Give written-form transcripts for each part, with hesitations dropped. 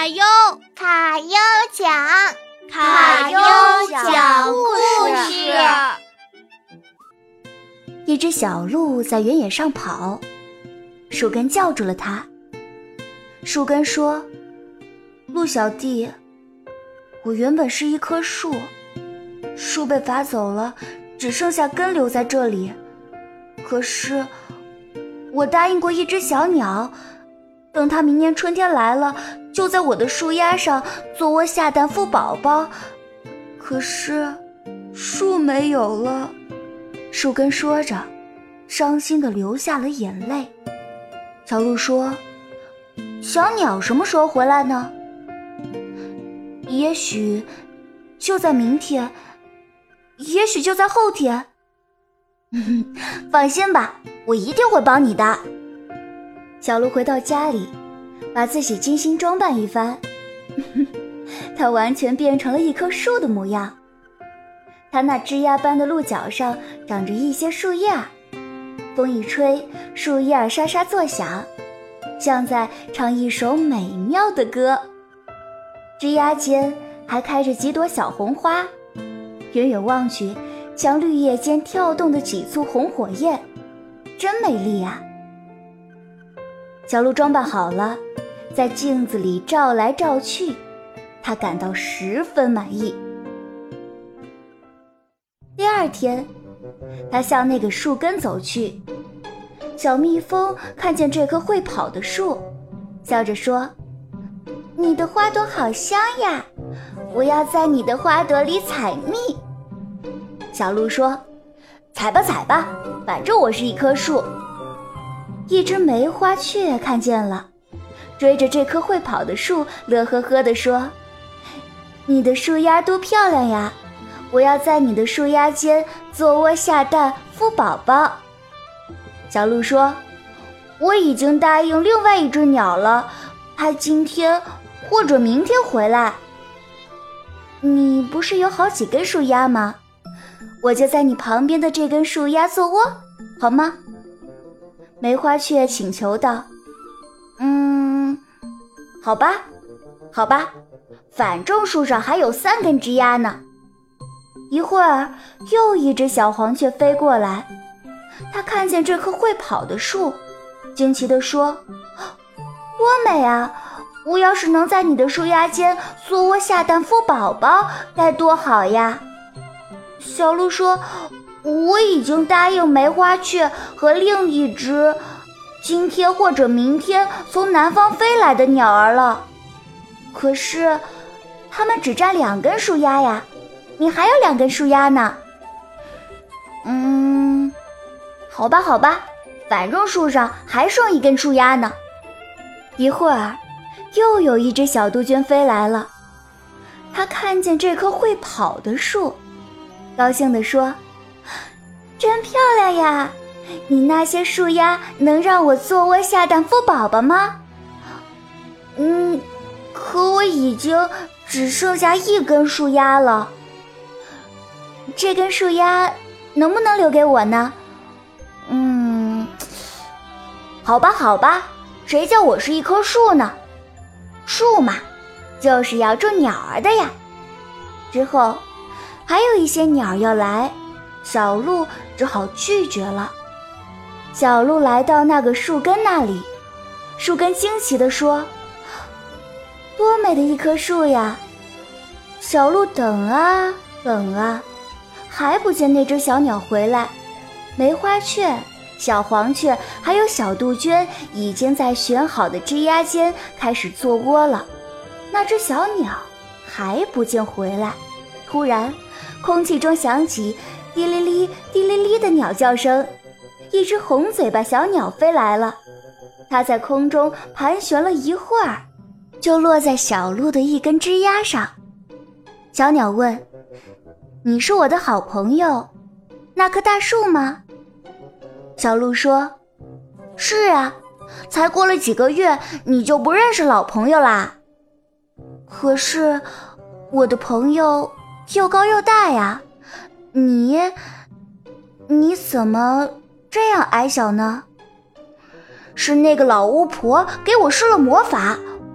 卡优讲故事。 一只小鹿在原野上跑，树根叫住了它。树根说：鹿小弟，我原本是一棵树，树被伐走了，只剩下根留在这里。可是我答应过一只小鸟，等它明年春天来了，就在我的树丫上做窝下蛋孵宝宝。可是树没有了。树根说着，伤心地流下了眼泪。小鹿说：小鸟什么时候回来呢？也许就在明天，也许就在后天。放心吧，我一定会帮你的。小鹿回到家里，把自己精心装扮一番，它完全变成了一棵树的模样。它那枝桠般的鹿角上长着一些树叶，风一吹，树叶沙沙作响，像在唱一首美妙的歌。枝桠间还开着几朵小红花，远远望去，像绿叶间跳动的几簇红火焰，真美丽啊！小鹿装扮好了，在镜子里照来照去，他感到十分满意。第二天，他向那个树根走去。小蜜蜂看见这棵会跑的树，笑着说：你的花朵好香呀，我要在你的花朵里采蜜。小鹿说：采吧采吧，反正我是一棵树。一只梅花雀看见了，追着这棵会跑的树，乐呵呵地说：你的树丫多漂亮呀，我要在你的树丫间做窝下蛋孵宝宝。小鹿说：我已经答应另外一只鸟了，它今天或者明天回来。你不是有好几根树丫吗？我就在你旁边的这根树丫做窝，好吗？梅花雀请求道：好吧，好吧，反正树上还有3根枝丫呢。一会儿，又一只小黄雀飞过来，它看见这棵会跑的树，惊奇地说：多美啊！我要是能在你的树丫间做窝下蛋孵宝宝，该多好呀！小鹿说：我已经答应梅花雀和另一只今天或者明天从南方飞来的鸟儿了，可是它们只占2根树丫呀，你还有2根树丫呢。好吧好吧，反正树上还剩1根树丫呢。一会儿，又有一只小杜鹃飞来了，它看见这棵会跑的树，高兴地说：真漂亮呀，你那些树丫能让我做窝下蛋孵宝宝吗？可我已经只剩下1根树丫了。这根树丫能不能留给我呢？好吧好吧，谁叫我是一棵树呢？树嘛，就是要住鸟儿的呀。之后还有一些鸟要来，小鹿只好拒绝了。小鹿来到那个树根那里，树根惊奇地说：多美的一棵树呀！小鹿等啊等啊，还不见那只小鸟回来。梅花雀、小黄雀还有小杜鹃已经在选好的枝丫间开始做窝了，那只小鸟还不见回来。突然，空气中响起滴哩哩滴哩哩的鸟叫声，一只红嘴巴小鸟飞来了，它在空中盘旋了一会儿，就落在小鹿的一根枝丫上。小鸟问：你是我的好朋友，那棵大树吗？小鹿说：是啊，才过了几个月，你就不认识老朋友啦。可是我的朋友又高又大呀，你怎么这样矮小呢？是那个老巫婆给我施了魔法，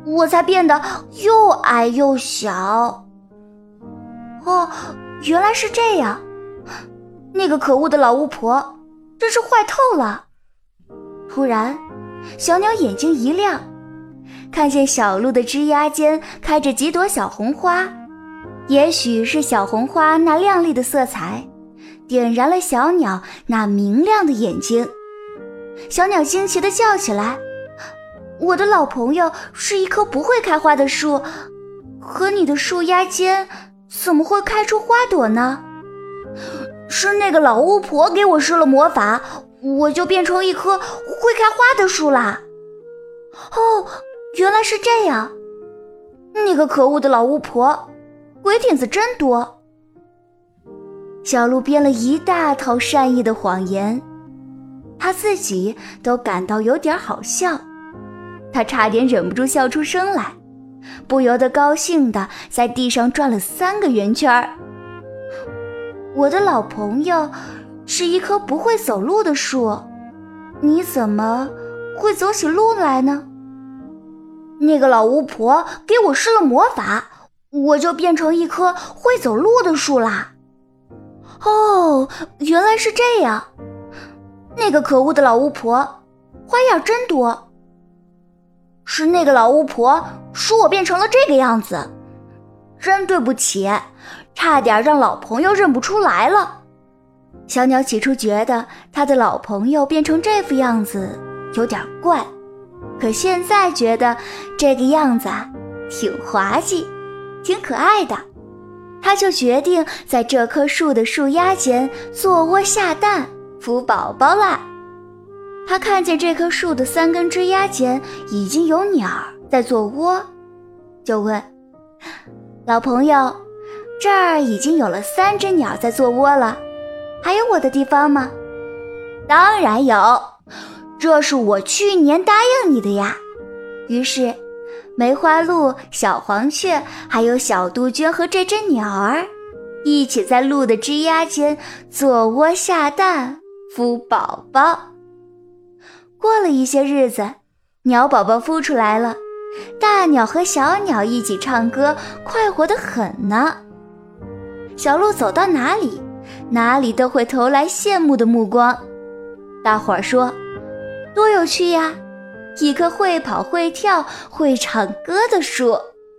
我才变得又矮又小。哦，原来是这样。那个可恶的老巫婆真是坏透了。突然，小鸟眼睛一亮，看见小鹿的枝桠间开着几朵小红花，也许是小红花那亮丽的色彩点燃了小鸟那明亮的眼睛。小鸟惊奇地叫起来，我的老朋友是一棵不会开花的树，可你的树桠间怎么会开出花朵呢？是那个老巫婆给我施了魔法，我就变成一棵会开花的树啦。哦，原来是这样。那个可恶的老巫婆，鬼点子真多。小鹿编了一大套善意的谎言，他自己都感到有点好笑，他差点忍不住笑出声来，不由得高兴地在地上转了3个圆圈。我的老朋友是一棵不会走路的树，你怎么会走起路来呢？那个老巫婆给我施了魔法，我就变成一棵会走路的树啦。哦，原来是这样。那个可恶的老巫婆花样真多。是那个老巫婆使我变成了这个样子，真对不起，差点让老朋友认不出来了。小鸟起初觉得他的老朋友变成这副样子有点怪，可现在觉得这个样子挺滑稽，挺可爱的。他就决定在这棵树的树桠间做窝下蛋，孵宝宝啦。他看见这棵树的3根枝桠间已经有鸟在做窝，就问老朋友，这儿已经有了3只鸟在做窝了，还有我的地方吗？当然有，这是我去年答应你的呀。于是梅花鹿、小黄雀还有小杜鹃和这只鸟儿一起在鹿的枝桠间做窝下蛋，孵宝宝。过了一些日子，鸟宝宝孵出来了，大鸟和小鸟一起唱歌，快活得很呢。小鹿走到哪里，哪里都会投来羡慕的目光。大伙儿说，多有趣呀，一棵会跑会跳会唱歌的树。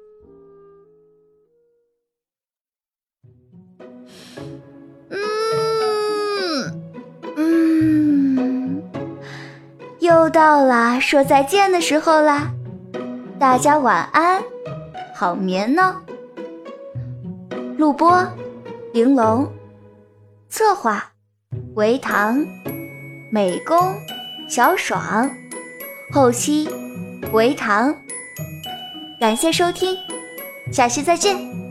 又到了说再见的时候啦，大家晚安，好眠呢。录播玲珑，策划维唐，美工小爽，后期维唐。感谢收听，下期再见。